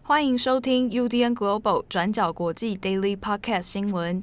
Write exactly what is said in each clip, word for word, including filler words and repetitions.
欢迎收听 U D N Global 转角国际 Daily Podcast 新闻。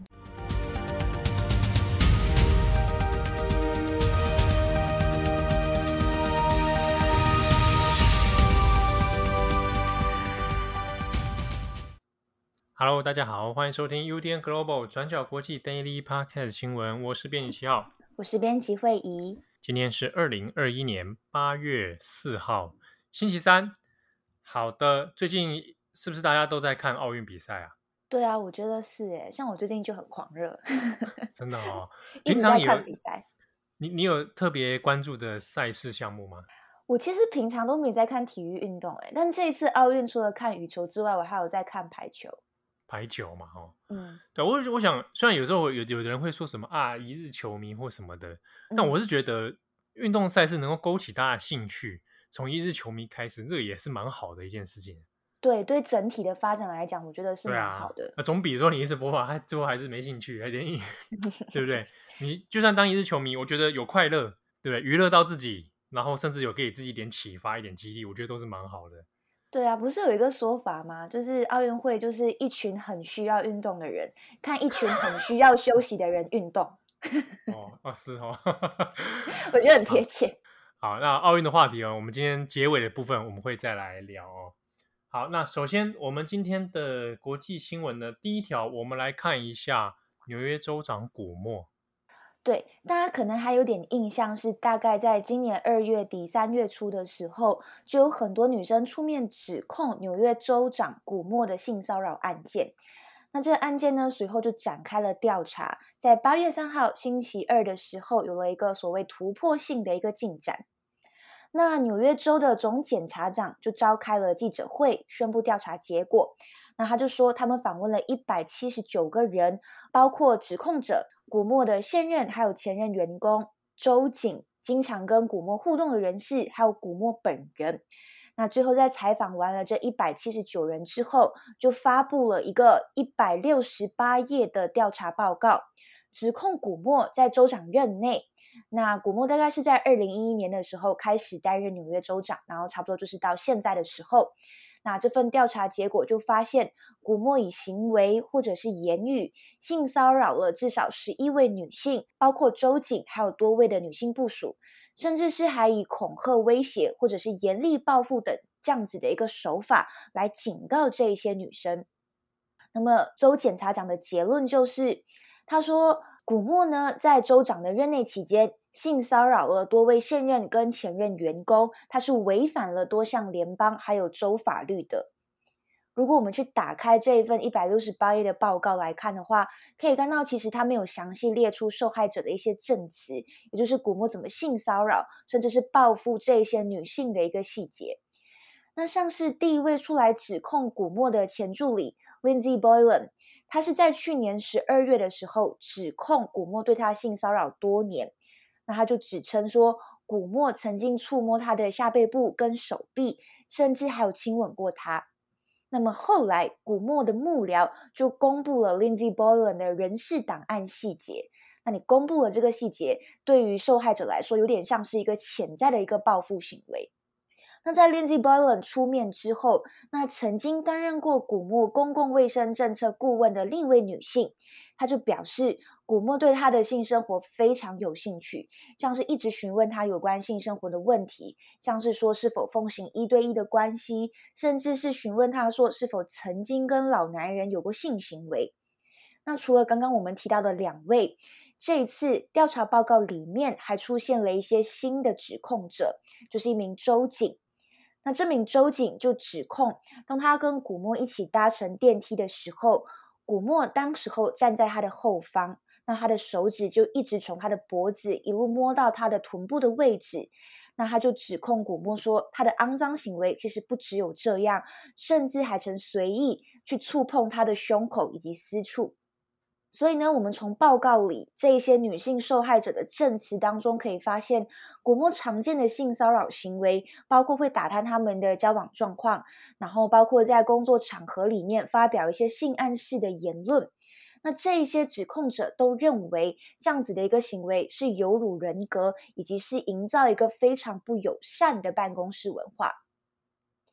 Hello， 大家好，欢迎收听 U D N Global 转角国际 Daily Podcast 新闻，我是编辑七号， 我是编辑慧仪。 今天是二零二一年八月四号，星期三。好的，最近是不是大家都在看奥运比赛啊？ 对啊，我觉得是耶，像我最近就很狂热， 真的哦。 一直在平常有看比赛。 你你有特别关注的赛事项目吗？ 我其实平常都没在看体育运动，但这一次奥运除了看羽球之外，我还有在看排球。 排球嘛，哦， 嗯， 对，我我想，虽然有时候有有的人会说什么啊，一日球迷或什么的，但我是觉得运动赛事能够勾起大家的兴趣，从一日球迷开始，这个也是蛮好的一件事情。 对，对整体的发展来讲，我觉得是对啊， 蛮好的。 那总比说你一直播放，他最后还是没兴趣，还连对不对？你就算当一日球迷，我觉得有快乐，对不对？娱乐到自己，然后甚至有给自己一点启发、一点激励，我觉得都是蛮好的。 对啊，不是有一个说法吗？就是奥运会就是一群很需要运动的人，看一群很需要休息的人运动。 哦，啊是哦， 我觉得很贴切。 好，那奥运的话题哦，我们今天结尾的部分我们会再来聊哦。好，那首先我们今天的国际新闻呢，第一条我们来看一下纽约州长古默。 对，大家可能还有点印象是，大概在今年二月底三月初的时候，就有很多女生出面指控纽约州长古默的性骚扰案件。那这个案件呢，随后就展开了调查，在八月三号星期二的时候，有了一个所谓突破性的一个进展。那纽约州的总检察长就召开了记者会，宣布调查结果。那他就说，他们访问了一百七十九个人，包括指控者、古默的现任还有前任员工、州警、经常跟古默互动的人士，还有古默本人。那最后在采访完了这一百七十九人之后，就发布了一个一百六十八页的调查报告，指控古默在州长任内。那古默大概是在二零一一年的时候开始担任纽约州长，然后差不多就是到现在的时候。那这份调查结果就发现，古默以行为或者是言语性骚扰了至少十一位女性，包括州警还有多位的女性部属，甚至是还以恐吓、威胁或者是严厉报复等这样子的一个手法来警告这一些女生。那么州检察长的结论就是，他说古默呢在州长的任内期间性骚扰了多位现任跟前任员工，他是违反了多项联邦还有州法律的。如果我们去打开这一份一百六十八页的报告来看的话，可以看到其实他没有详细列出受害者的一些证词，也就是古默怎么性骚扰甚至是报复这一些女性的一个细节。那像是第一位出来指控古默的前助理 Lindsay Boylan， 他是在去年十二月的时候指控古默对他性骚扰多年。那他就指称说，古默曾经触摸他的下背部跟手臂，甚至还有亲吻过他。那么后来古默的幕僚就公布了 Lindsay Boylan 的人事档案细节。那你公布了这个细节，对于受害者来说有点像是一个潜在的一个报复行为。那在 Lindsay Boylan 出面之后，那曾经担任过古默公共卫生政策顾问的另一位女性，她就表示古默对她的性生活非常有兴趣，像是一直询问她有关性生活的问题，像是说是否奉行一对一的关系，甚至是询问她说是否曾经跟老男人有过性行为。那除了刚刚我们提到的两位，这一次调查报告里面还出现了一些新的指控者，就是一名州警。那这名州警就指控，当他跟古默一起搭乘电梯的时候，古默当时候站在他的后方，那他的手指就一直从他的脖子一路摸到他的臀部的位置。那他就指控古默说，他的肮脏行为其实不只有这样，甚至还曾随意去触碰他的胸口以及私处。所以呢，我们从报告里这一些女性受害者的证词当中可以发现，古默常见的性骚扰行为包括会打探他们的交往状况，然后包括在工作场合里面发表一些性暗示的言论。那这一些指控者都认为这样子的一个行为是有辱人格，以及是营造一个非常不友善的办公室文化。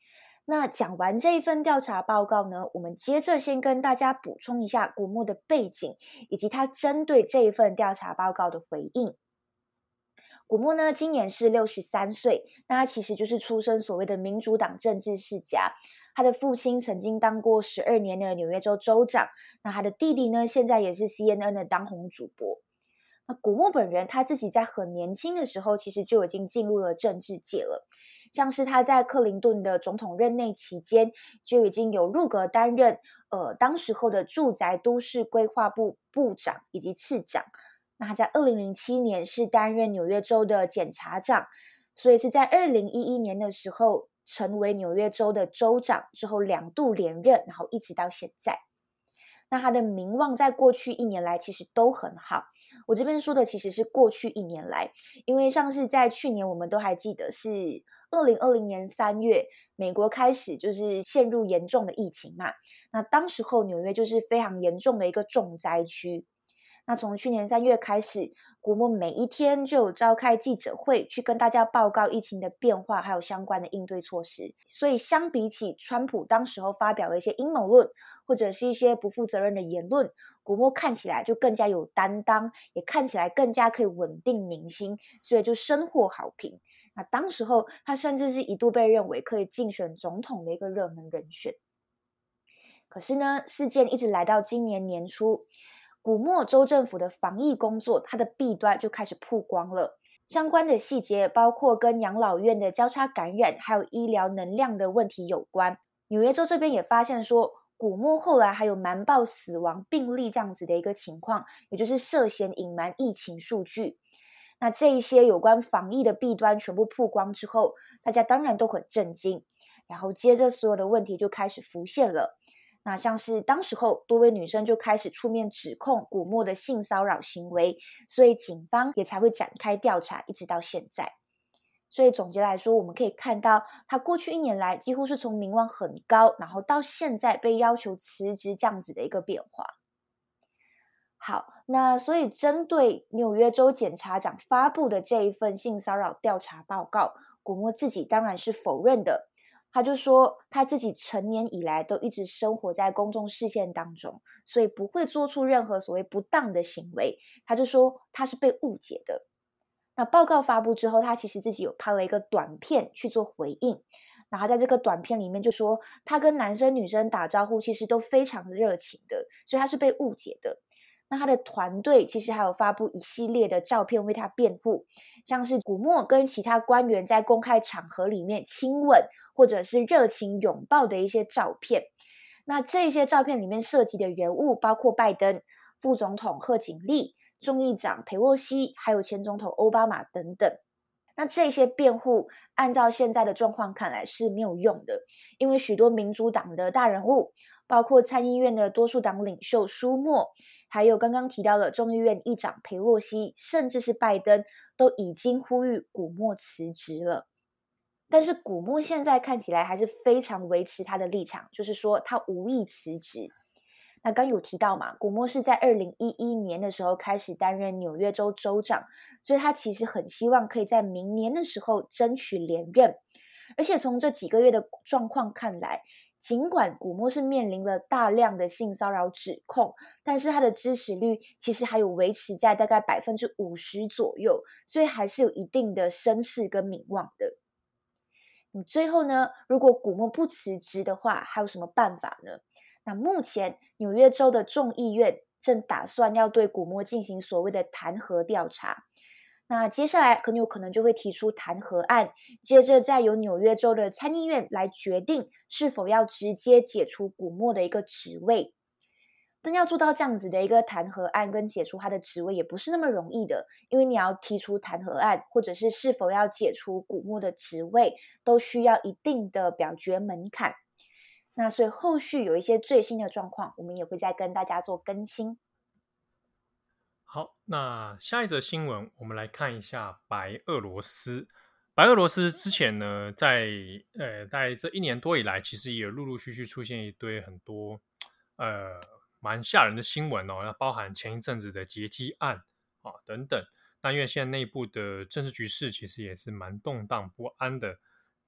那讲完这一份调查报告呢，我们接着先跟大家补充一下古默的背景，以及他针对这一份调查报告的回应。古默呢，今年是六十三岁，那他其实就是出身所谓的民主党政治世家。他的父亲曾经当过十二年的纽约州州长，那他的弟弟呢，现在也是 C N N 的当红主播。那古默本人他自己在很年轻的时候，其实就已经进入了政治界了。像是他在克林顿的总统任内期间，就已经有入阁担任呃当时候的住宅都市规划部部长以及次长。那他在二零零七年是担任纽约州的检察长，所以是在二零一一年的时候成为纽约州的州长，之后两度连任，然后一直到现在。那他的名望在过去一年来其实都很好。我这边说的其实是过去一年来，因为像是在去年我们都还记得是二零二零年三月，美国开始就是陷入严重的疫情嘛，那当时候纽约就是非常严重的一个重灾区。那从去年三月开始，古默每一天就有召开记者会，去跟大家报告疫情的变化，还有相关的应对措施。所以相比起川普当时候发表的一些阴谋论，或者是一些不负责任的言论，古默看起来就更加有担当，也看起来更加可以稳定民心，所以就深获好评。那当时候他甚至是一度被认为可以竞选总统的一个热门人选。可是呢，事件一直来到今年年初，古默州政府的防疫工作，它的弊端就开始曝光了。相关的细节包括跟养老院的交叉感染，还有医疗能量的问题有关。纽约州这边也发现说，古默后来还有瞒报死亡病例这样子的一个情况，也就是涉嫌隐瞒疫情数据。那这一些有关防疫的弊端全部曝光之后，大家当然都很震惊，然后接着所有的问题就开始浮现了。那像是当时候多位女生就开始出面指控古默的性骚扰行为，所以警方也才会展开调查，一直到现在。所以总结来说，我们可以看到他过去一年来几乎是从名望很高，然后到现在被要求辞职这样子的一个变化。好，那所以针对纽约州检察长发布的这一份性骚扰调查报告，古默自己当然是否认的。他就说他自己成年以来都一直生活在公众视线当中，所以不会做出任何所谓不当的行为。他就说他是被误解的。那报告发布之后，他其实自己有拍了一个短片去做回应，然后在这个短片里面就说他跟男生女生打招呼其实都非常热情的，所以他是被误解的。那他的团队其实还有发布一系列的照片为他辩护，像是古默跟其他官员在公开场合里面亲吻或者是热情拥抱的一些照片。那这些照片里面涉及的人物包括拜登、副总统贺锦丽、众议长裴洛西，还有前总统奥巴马等等。那这些辩护按照现在的状况看来是没有用的，因为许多民主党的大人物，包括参议院的多数党领袖舒默，还有刚刚提到的众议院议长裴洛西，甚至是拜登，都已经呼吁古默辞职了。但是古默现在看起来还是非常维持他的立场，就是说他无意辞职。那刚有提到嘛，古默是在二零一一年的时候开始担任纽约州州长，所以他其实很希望可以在明年的时候争取连任。而且从这几个月的状况看来，尽管古默是面临了大量的性骚扰指控，但是他的支持率其实还有维持在大概 百分之五十 左右，所以还是有一定的声势跟名望的。最后呢，如果古默不辞职的话，还有什么办法呢？那目前纽约州的众议院正打算要对古默进行所谓的弹劾调查，那接下来很有可能就会提出弹劾案，接着再由纽约州的参议院来决定是否要直接解除古默的一个职位。但要做到这样子的一个弹劾案跟解除他的职位也不是那么容易的，因为你要提出弹劾案或者是是否要解除古默的职位，都需要一定的表决门槛。那所以后续有一些最新的状况，我们也会再跟大家做更新。 好，那下一则新闻，我们来看一下白俄罗斯。白俄罗斯之前呢，在呃，在这一年多以来，其实也有陆陆续续出现一堆很多呃蛮吓人的新闻哦，那包含前一阵子的劫机案啊等等。那因为现在内部的政治局势其实也是蛮动荡不安的。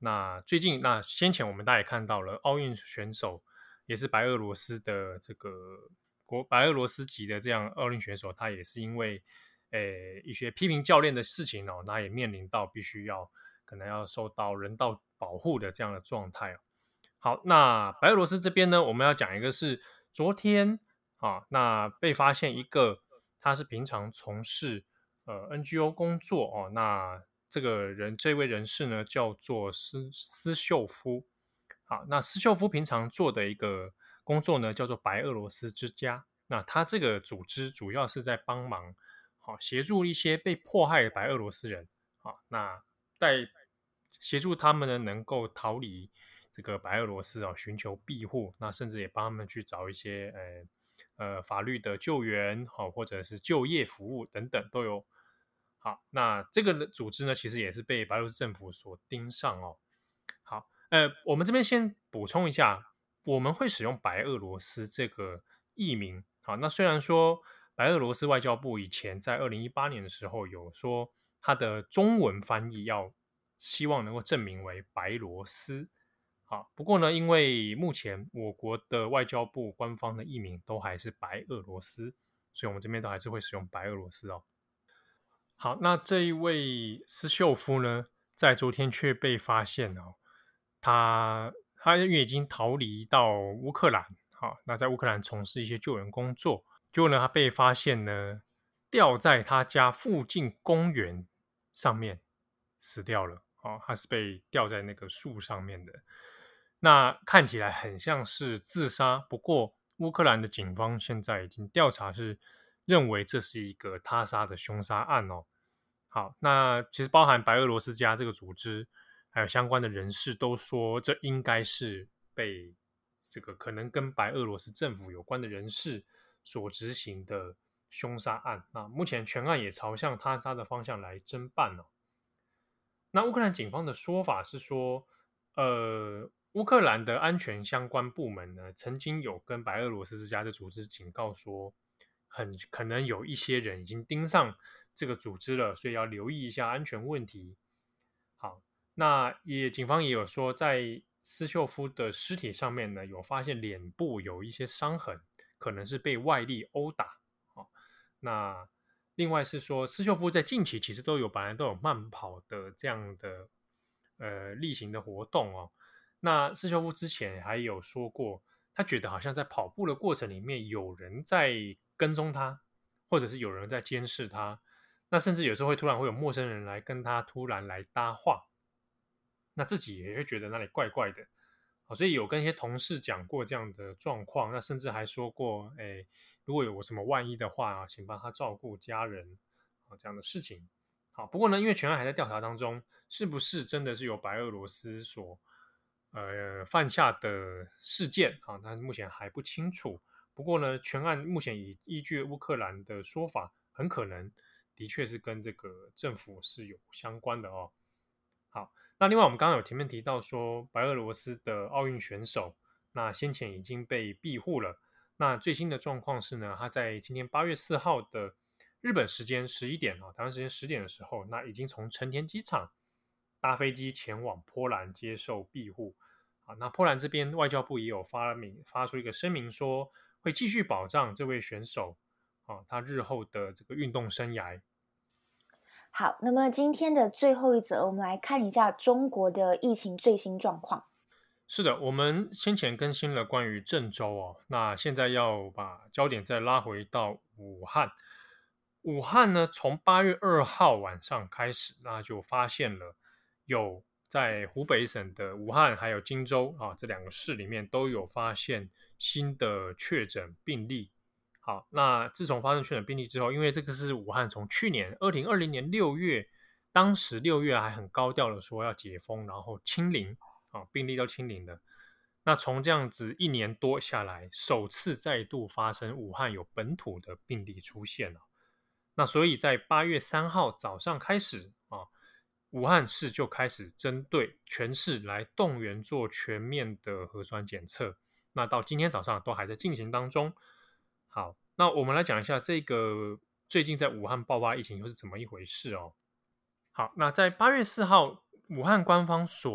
那最近那先前我们大家也看到了奥运选手也是白俄罗斯的这个国白俄罗斯籍的这样奥运选手，他也是因为诶一些批评教练的事情哦，那也面临到必须要可能要受到人道保护的这样的状态哦。好，那白俄罗斯这边呢，我们要讲一个是昨天啊，那被发现一个他是平常从事呃 N G O 工作哦，那这个人这位人士呢叫做斯斯秀夫。好，那斯秀夫平常做的一个工作呢叫做白俄罗斯之家。那他这个组织主要是在帮忙，好协助一些被迫害的白俄罗斯人，好，那在协助他们呢能够逃离这个白俄罗斯哦，寻求庇护，那甚至也帮他们去找一些呃呃法律的救援，好、或者是就业服务等等都有。好，那这个组织呢，其实也是被白俄罗斯政府所盯上哦。好，呃，我们这边先补充一下，我们会使用白俄罗斯这个译名。好，那虽然说白俄罗斯外交部以前在二零一八年的时候有说它的中文翻译要希望能够证明为白罗斯。好，不过呢，因为目前我国的外交部官方的译名都还是白俄罗斯，所以我们这边都还是会使用白俄罗斯哦。好，那这一位斯秀夫呢，在昨天却被发现哦，他他因为已经逃离到乌克兰，好，那在乌克兰从事一些救援工作，结果呢，他被发现呢，吊在他家附近公园上面死掉了，哦，他是被吊在那个树上面的，那看起来很像是自杀，不过乌克兰的警方现在已经调查是认为这是一个他杀的凶杀案哦。好，那其实包含白俄罗斯家这个组织，还有相关的人士都说，这应该是被这个可能跟白俄罗斯政府有关的人士所执行的凶杀案。那目前全案也朝向他杀的方向来侦办哦。那乌克兰警方的说法是说，呃，乌克兰的安全相关部门呢，曾经有跟白俄罗斯之家的组织警告说，很可能有一些人已经盯上这个组织了，所以要留意一下安全问题。好，那也警方也有说，在斯秀夫的尸体上面呢，有发现脸部有一些伤痕，可能是被外力殴打。好，那另外是说，斯秀夫在近期其实都有本来都有慢跑的这样的呃例行的活动哦。那斯秀夫之前还有说过，他觉得好像在跑步的过程里面有人在跟踪他，或者是有人在监视他。那甚至有时候会突然会有陌生人来跟他突然来搭话，那自己也会觉得那里怪怪的。好，所以有跟一些同事讲过这样的状况，那甚至还说过，哎，如果有什么万一的话啊，请帮他照顾家人啊，这样的事情。好，不过呢，因为全案还在调查当中，是不是真的是由白俄罗斯所呃犯下的事件啊？那目前还不清楚。不过呢，全案目前已依据乌克兰的说法，很可能的确是跟这个政府是有相关的哦。好，那另外我们刚刚有前面提到说，白俄罗斯的奥运选手，那先前已经被庇护了。那最新的状况是呢，他在今天八月四号的日本时间十一点啊，台湾时间十点的时候，那已经从成田机场搭飞机前往波兰接受庇护。好，那波兰这边外交部也有发明发出一个声明说，会继续保障这位选手啊，他日后的这个运动生涯。 好，那么今天的最后一则，我们来看一下中国的疫情最新状况。 是的，我们先前更新了关于郑州哦，那现在要把焦点再拉回到武汉。武汉呢，从八月二号晚上开始，那就发现了有在湖北省的武汉还有荆州啊这两个市里面都有发现新的确诊病例。好，那自从发生确诊病例之后，因为这个是武汉从去年二零二零年六月，当时六月还很高调的说要解封，然后清零。啊，病例都清零了。那从这样子一年多下来，首次再度发生武汉有本土的病例出现了。那所以在八月三号早上开始啊，武汉市就开始针对全市来动员做全面的核酸检测。那到今天早上都还在进行当中。好，那我们来讲一下这个最近在武汉爆发疫情又是怎么一回事哦。好，那在八月四号，武汉官方所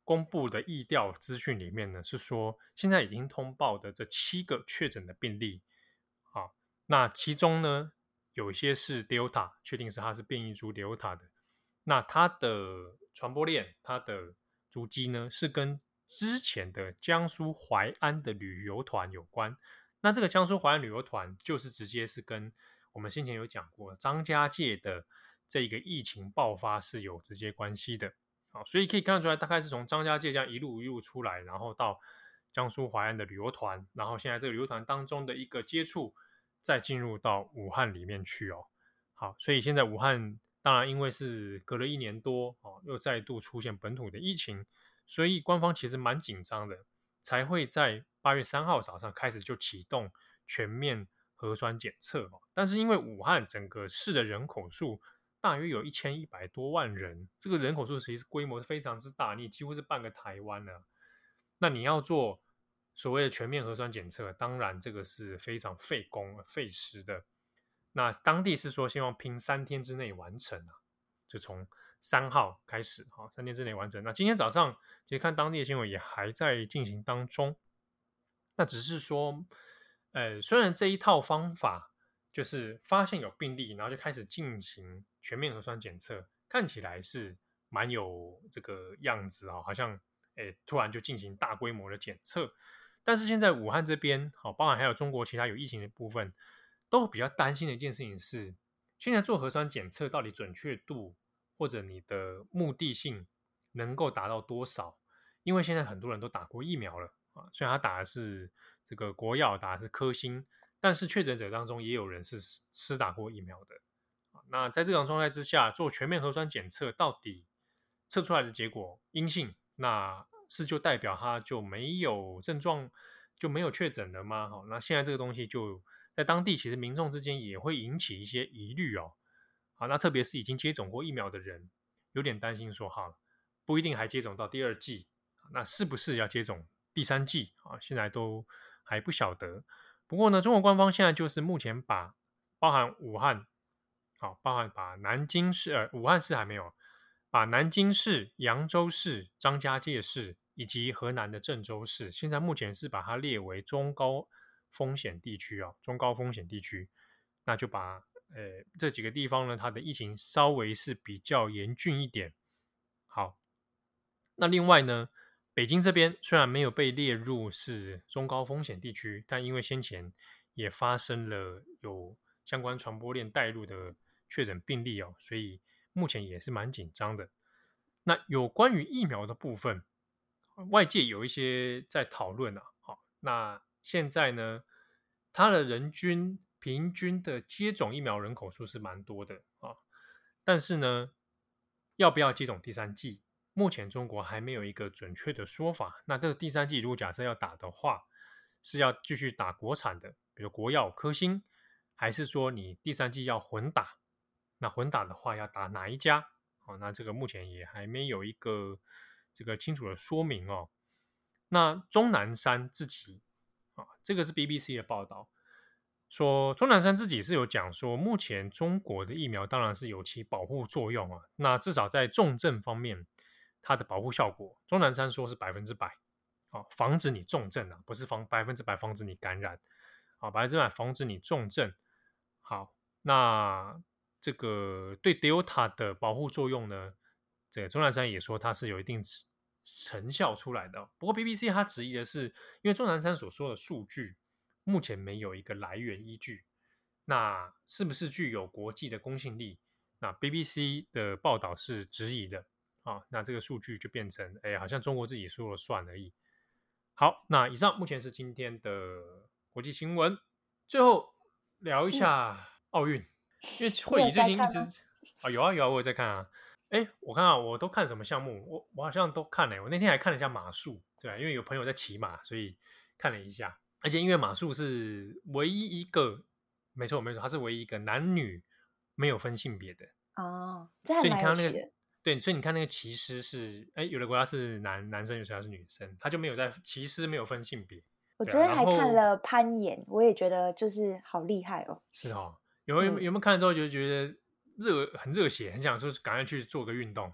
公布的疫调资讯里面呢，是说现在已经通报的这七个确诊的病例，好，那其中呢有一些是 Delta， 确定是它是变异株 Delta 的，那它的传播链，它的足迹呢是跟之前的江苏淮安的旅游团有关。那这个江苏淮安旅游团就是直接是跟我们先前有讲过张家界的这个疫情爆发是有直接关系的。好，所以可以看得出来，大概是从张家界这样一路一路出来，然后到江苏淮安的旅游团，然后现在这个旅游团当中的一个接触，再进入到武汉里面去哦。好，所以现在武汉当然因为是隔了一年多哦，又再度出现本土的疫情，所以官方其实蛮紧张的，才会在八月三号早上开始就启动全面核酸检测哦。但是因为武汉整个市的人口数大约有一千一百多万人，这个人口数其实规模非常之大，你几乎是半个台湾了。那你要做所谓的全面核酸检测，当然这个是非常费工费时的。那当地是说希望拼三天之内完成啊，就从三号开始，好，三天之内完成。那今天早上其实看当地的新闻也还在进行当中。那只是说，呃，虽然这一套方法就是发现有病例，然后就开始进行全面核酸检测，看起来是蛮有这个样子啊、哦，好像诶突然就进行大规模的检测。但是现在武汉这边，好，包含还有中国其他有疫情的部分，都比较担心的一件事情是，现在做核酸检测到底准确度或者你的目的性能够达到多少？因为现在很多人都打过疫苗了啊，虽然他打的是这个国药，打的是科兴，但是确诊者当中也有人是施打过疫苗的。那在这种状态之下，做全面核酸检测，到底测出来的结果阴性，那是就代表他就没有症状，就没有确诊了吗？好，那现在这个东西就在当地，其实民众之间也会引起一些疑虑哦。好，那特别是已经接种过疫苗的人，有点担心说，哈，不一定还接种到第二剂，那是不是要接种第三剂啊？现在都还不晓得。不过呢，中国官方现在就是目前把包含武汉，好，包含把南京市，呃，武汉市还没有，把南京市、扬州市、张家界市以及河南的郑州市，现在目前是把它列为中高风险地区啊、哦，中高风险地区，那就把呃这几个地方呢，它的疫情稍微是比较严峻一点。好，那另外呢，北京这边虽然没有被列入是中高风险地区，但因为先前也发生了有相关传播链带入的确诊病例哦，所以目前也是蛮紧张的。那有关于疫苗的部分，外界有一些在讨论啊。好，那现在呢，它的人均平均的接种疫苗人口数是蛮多的啊，但是呢，要不要接种第三剂？目前中国还没有一个准确的说法。那这个第三剂如果假设要打的话，是要继续打国产的，比如国药、科兴，还是说你第三剂要混打？那混打的话要打哪一家？哦，那这个目前也还没有一个这个清楚的说明哦。那钟南山自己啊，这个是 B B C 的报道，说钟南山自己是有讲说，目前中国的疫苗当然是有其保护作用啊，那至少在重症方面，它的保护效果，钟南山说是百分之百，啊，防止你重症啊，不是防百分之百防止你感染，啊，百分之百防止你重症。好，那这个对 Delta 的保护作用呢，这个钟南山也说它是有一定成效出来的。不过 B B C 它质疑的是，因为钟南山所说的数据目前没有一个来源依据，那是不是具有国际的公信力？那 B B C 的报道是质疑的啊，那这个数据就变成，哎，好像中国自己说了算而已。好，那以上目前是今天的国际新闻。最后聊一下奥运，因为会议最近一直啊有啊有啊，我有在看啊。哎，我看啊，我都看什么项目？我我好像都看了。我那天还看了一下马术，对啊，因为有朋友在骑马，所以看了一下。而且因为马术是唯一一个，没错没错，它是唯一一个男女没有分性别的哦，这还所以你蛮看到那个有趣的。 对，所以你看那个骑师是，哎，有的国家是男男生，有的国家是女生，他就没有在骑师没有分性别。对啊， 我昨天还然后看了攀岩，我也觉得就是好厉害哦。 是哦，有没有嗯， 有没有看了之后就觉得热很热血，很想说赶快去做个运动？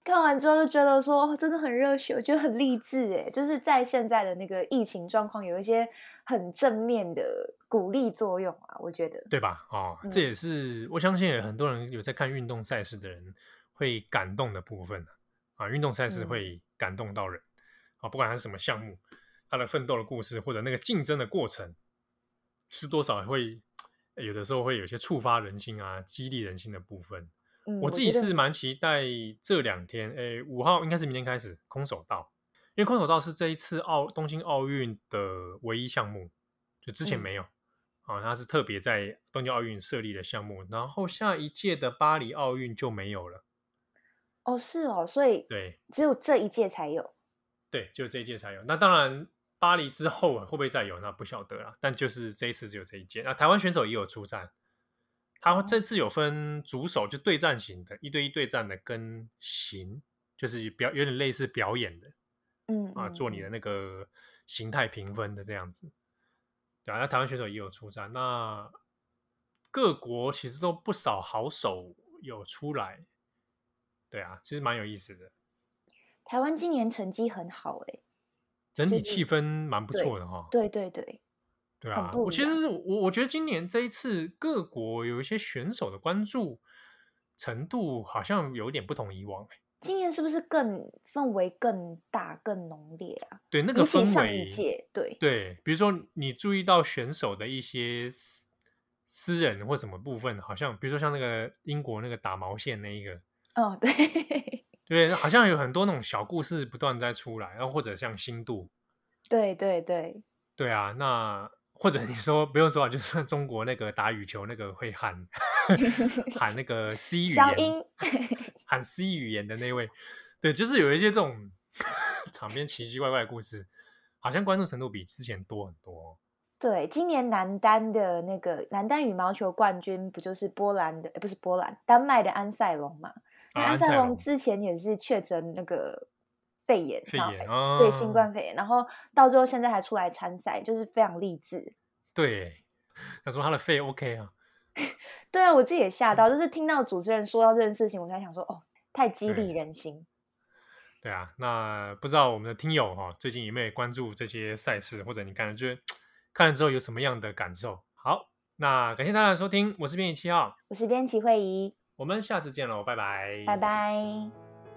看完之后就觉得说、哦、真的很热血，我觉得很励志耶，就是在现在的那个疫情状况有一些很正面的鼓励作用啊，我觉得对吧？哦， 嗯、 这也是我相信很多人有在看运动赛事的人会感动的部分啊，运动赛事会感动到人、嗯、啊，不管它是什么项目，它的奋斗的故事或者那个竞争的过程，是多少会有的时候会有些触发人心啊，激励人心的部分。 嗯、 我自己是蛮期待这两天，诶，五号应该是明天开始空手道，因为空手道是这一次奥东京奥运的唯一项目，就之前没有、嗯啊、它是特别在东京奥运设立的项目，然后下一届的巴黎奥运就没有了。 哦，是哦，所以对， 只有这一届才有。 对，就这一届才有。那当然，巴黎之后会不会再有，那不晓得啦。但就是这一次只有这一届。那台湾选手也有出战，他这次有分主手，就对战型的，一对一对战的，跟形，就是表有点类似表演的， 嗯啊，做你的那个形态评分的这样子。对啊，那台湾选手也有出战。那各国其实都不少好手有出来。对啊，其实蛮有意思的。 台湾今年成绩很好哎、欸， 整体气氛蛮不错的哈、哦。 对对对， 对啊， 很不一样。 我其实我我觉得今年这一次各国有一些选手的关注程度好像有点不同以往、欸、 今年是不是更氛围更大、更浓烈啊？ 对，那个氛围， 比起上一届，对对，比如说你注意到选手的一些私私人或什么部分，好像比如说像那个英国那个打毛线那一个， 哦，对。 对，好像有很多那种小故事不断在出来，然后或者像新度， 对对对， 对啊，那或者你说不用说啊，就是中国那个打羽球那个会喊喊那个 C 语言，喊 C 语言的那位，对，就是有一些这种场边奇奇怪怪的故事，好像关注程度比之前多很多、哦。 对，今年男单的那个男单羽毛球冠军不就是波兰的，不是波兰，丹麦的安塞龙嘛？那安塞龙之前也是确诊那个肺炎， 肺炎啊，对，新冠肺炎，然后到最后现在还出来参赛，就是非常励志。 对，他说他的肺 OK 啊。 对啊，我自己也吓到，就是听到主持人说到这件事情，我才想说，哦，太激励人心。 对啊，那不知道我们的听友哈、哦，最近有没有关注这些赛事，或者你看了觉得看了之后有什么样的感受？好，那感谢大家的收听，我是编辑七号， 我是编辑慧仪， 我们下次见喽，拜拜， 拜拜。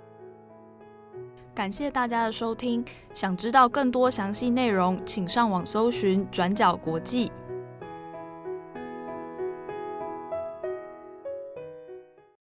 感谢大家的收听，想知道更多详细内容，请上网搜寻转角国际。